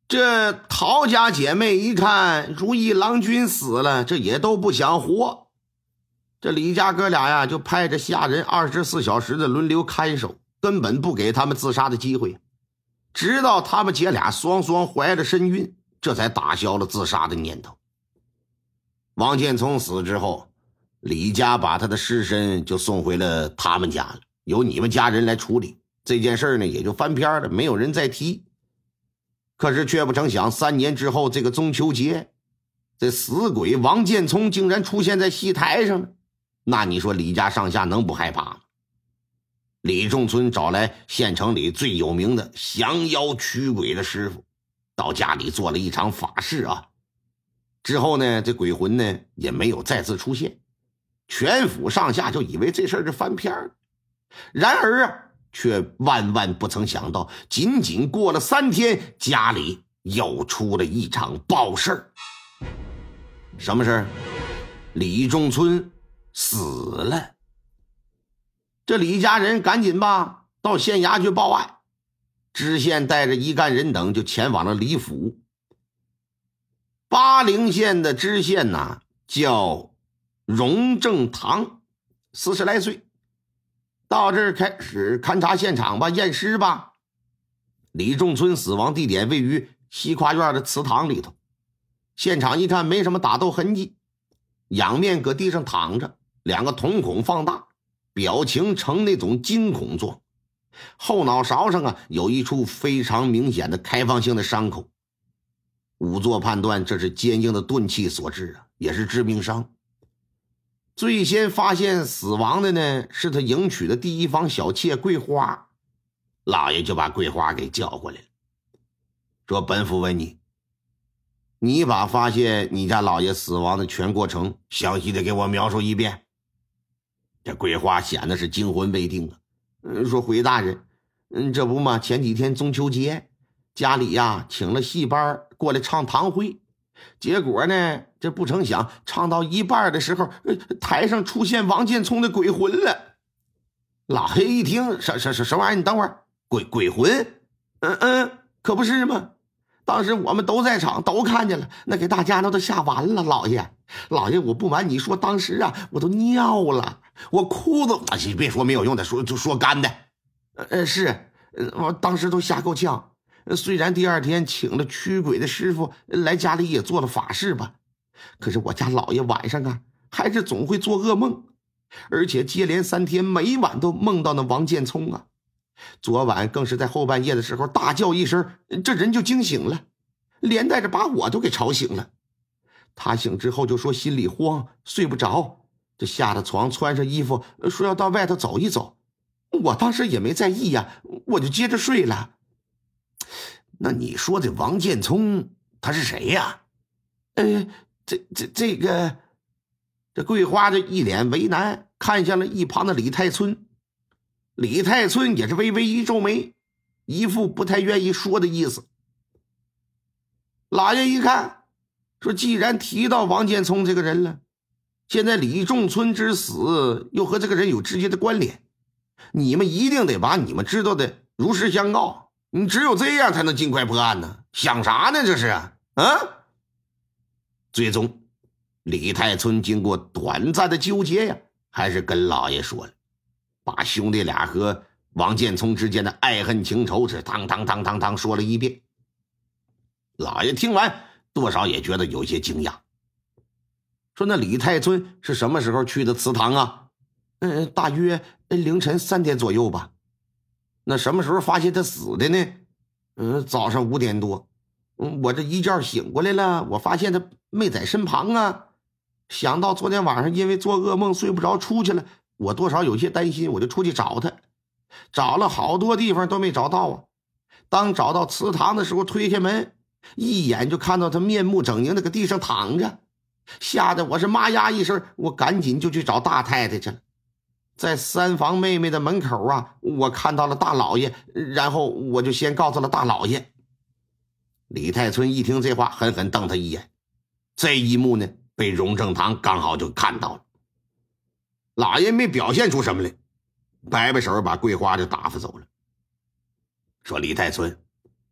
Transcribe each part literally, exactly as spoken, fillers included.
这陶家姐妹一看如意郎君死了，这也都不想活。这李家哥俩呀，就派着下人二十四小时的轮流看守，根本不给他们自杀的机会。直到他们姐俩双双怀了身孕，这才打消了自杀的念头。王建聪死之后，李家把他的尸身就送回了他们家了，由你们家人来处理。这件事呢，也就翻篇了，没有人再提。可是却不成想，三年之后这个中秋节，这死鬼王建聪竟然出现在戏台上了。那你说李家上下能不害怕吗？李仲村找来县城里最有名的降妖驱鬼的师傅，到家里做了一场法事啊。之后呢，这鬼魂呢也没有再次出现，全府上下就以为这事儿是翻篇了。然而啊，却万万不曾想到，仅仅过了三天，家里又出了一场暴事儿。什么事儿？李仲村死了。这李家人赶紧吧到县衙去报案，知县带着一干人等就前往了李府。巴陵县的知县呐，叫荣正堂，四十来岁。到这儿开始勘察现场吧，验尸吧。李仲村死亡地点位于西跨院的祠堂里头，现场一看没什么打斗痕迹，仰面搁地上躺着，两个瞳孔放大，表情呈那种惊恐状。后脑勺上啊有一处非常明显的开放性的伤口。仵作判断这是坚硬的钝器所致啊，也是致命伤。最先发现死亡的呢，是他迎娶的第一房小妾桂花。老爷就把桂花给叫过来了，说：“本府问你，你把发现你家老爷死亡的全过程详细的给我描述一遍。”这桂花显得是惊魂未定啊，嗯，说：“回大人，嗯，这不嘛，前几天中秋节，家里呀请了戏班过来唱堂会。结果呢，这不成想唱到一半的时候，台上出现王建聪的鬼魂了。”老爷一听，什什什什玩意儿？你等会儿，鬼鬼魂？嗯嗯，可不是吗？当时我们都在场，都看见了，那给大家那都吓完了。老爷，老爷，我不瞒你说，当时啊，我都尿了，我裤子……啊，别说没有用的，说就说干的。呃，是，我当时都吓够呛。虽然第二天请了驱鬼的师傅来家里也做了法事吧，可是我家老爷晚上啊还是总会做噩梦，而且接连三天每晚都梦到那王建聪啊。昨晚更是在后半夜的时候大叫一声，这人就惊醒了，连带着把我都给吵醒了。他醒之后就说心里慌，睡不着，这下了床穿上衣服说要到外头走一走。我当时也没在意呀，我就接着睡了。那你说这王建聪他是谁呀？呃，这这这个，这桂花这一脸为难，看向了一旁的李太村。李太村也是微微一皱眉，一副不太愿意说的意思。老爷一看，说既然提到王建聪这个人了，现在李仲村之死又和这个人有直接的关联，你们一定得把你们知道的如实相告。你只有这样才能尽快破案呢，想啥呢这是啊？啊！最终李太村经过短暂的纠结呀，还是跟老爷说了，把兄弟俩和王建聪之间的爱恨情仇是当当当当当说了一遍。老爷听完多少也觉得有些惊讶，说：“那李太村是什么时候去的祠堂啊？”“嗯，大约凌晨三点左右吧。”“那什么时候发现他死的呢？”“嗯，早上五点多。嗯，我这一觉醒过来了，我发现他没在身旁啊。想到昨天晚上因为做噩梦睡不着出去了，我多少有些担心，我就出去找他，找了好多地方都没找到啊。当找到祠堂的时候，推开门，一眼就看到他面目狰狞的搁地上躺着，吓得我是妈呀一声，我赶紧就去找大太太去了。在三房妹妹的门口啊，我看到了大老爷，然后我就先告诉了大老爷。”李太村一听这话，狠狠瞪他一眼。这一幕呢，被荣正堂刚好就看到了。老爷没表现出什么来，摆摆手把桂花就打发走了，说：“李太村，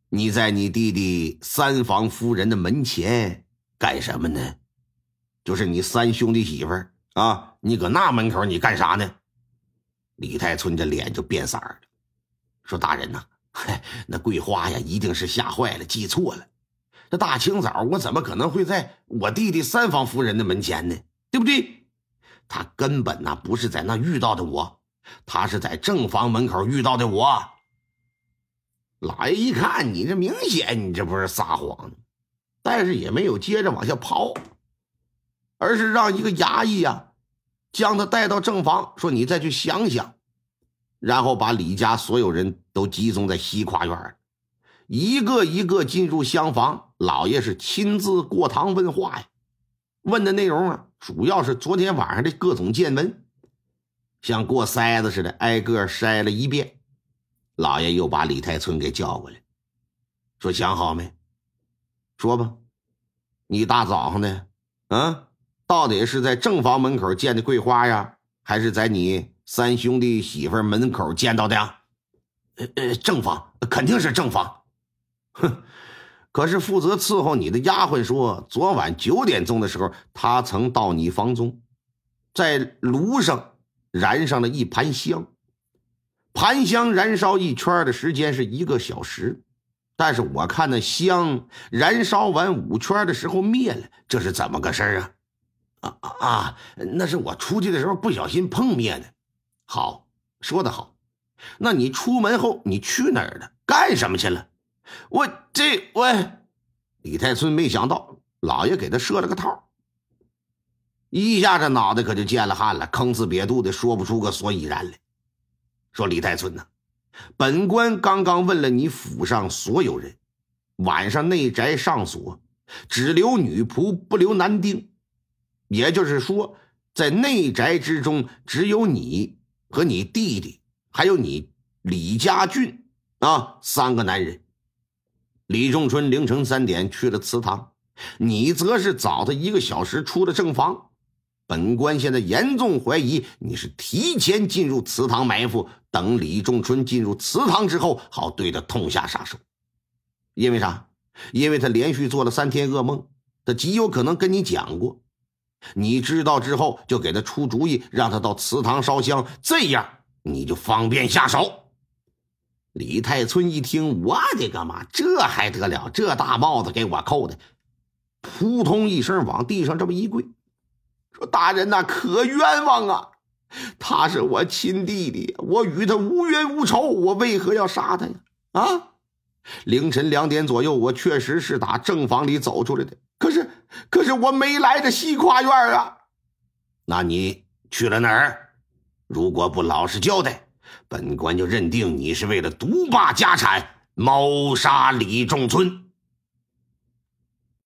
你在你弟弟三房夫人的门前干什么呢？就是你三兄弟媳妇儿啊，你搁那门口你干啥呢？”李太春这脸就变色了，说：“大人呐、啊，那桂花呀一定是吓坏了，记错了。这大清早我怎么可能会在我弟弟三房夫人的门前呢？对不对？他根本呐不是在那遇到的我，他是在正房门口遇到的我。”老爷一看，你这明显你这不是撒谎，但是也没有接着往下刨，而是让一个衙役啊将他带到正房，说：“你再去想想。”然后把李家所有人都集中在西跨院，一个一个进入厢房，老爷是亲自过堂问话呀。问的内容啊，主要是昨天晚上的各种见闻，像过筛子似的挨个筛了一遍。老爷又把李太春给叫过来，说：“想好没？说吧，你大早上的啊，到底是在正房门口见的桂花呀，还是在你三兄弟媳妇门口见到的呀？”“呃呃，正房，肯定是正房。”“哼，可是负责伺候你的丫鬟说，昨晚九点钟的时候，她曾到你房中，在炉上燃上了一盘香。盘香燃烧一圈的时间是一个小时，但是我看那香燃烧完五圈的时候灭了，这是怎么个事啊？”“啊啊，那是我出去的时候不小心碰灭的。”“好，说得好。那你出门后你去哪儿了？干什么去了？”“我这我……”李太春没想到老爷给他设了个套，一下这脑袋可就见了汗了，吭哧瘪肚的说不出个所以然来。说：“李太春呐、啊，本官刚刚问了你府上所有人，晚上内宅上锁，只留女仆不留男丁，也就是说在内宅之中只有你和你弟弟还有你李家俊啊三个男人。李仲春凌晨三点去了祠堂，你则是早他一个小时出了正房。本官现在严重怀疑你是提前进入祠堂埋伏，等李仲春进入祠堂之后，好对他痛下杀手。因为啥？因为他连续做了三天噩梦，他极有可能跟你讲过。你知道之后，就给他出主意，让他到祠堂烧香，这样你就方便下手。”李太春一听，我的个妈，这还得了？这大帽子给我扣的，扑通一声往地上这么一跪，说：“大人呐、啊，可冤枉啊！他是我亲弟弟，我与他无冤无仇，我为何要杀他呀？啊！凌晨两点左右，我确实是打正房里走出来的，可是，可是我没来这西跨院啊！那你去了哪儿？如果不老实交代，本官就认定你是为了独霸家产，谋杀李仲春。”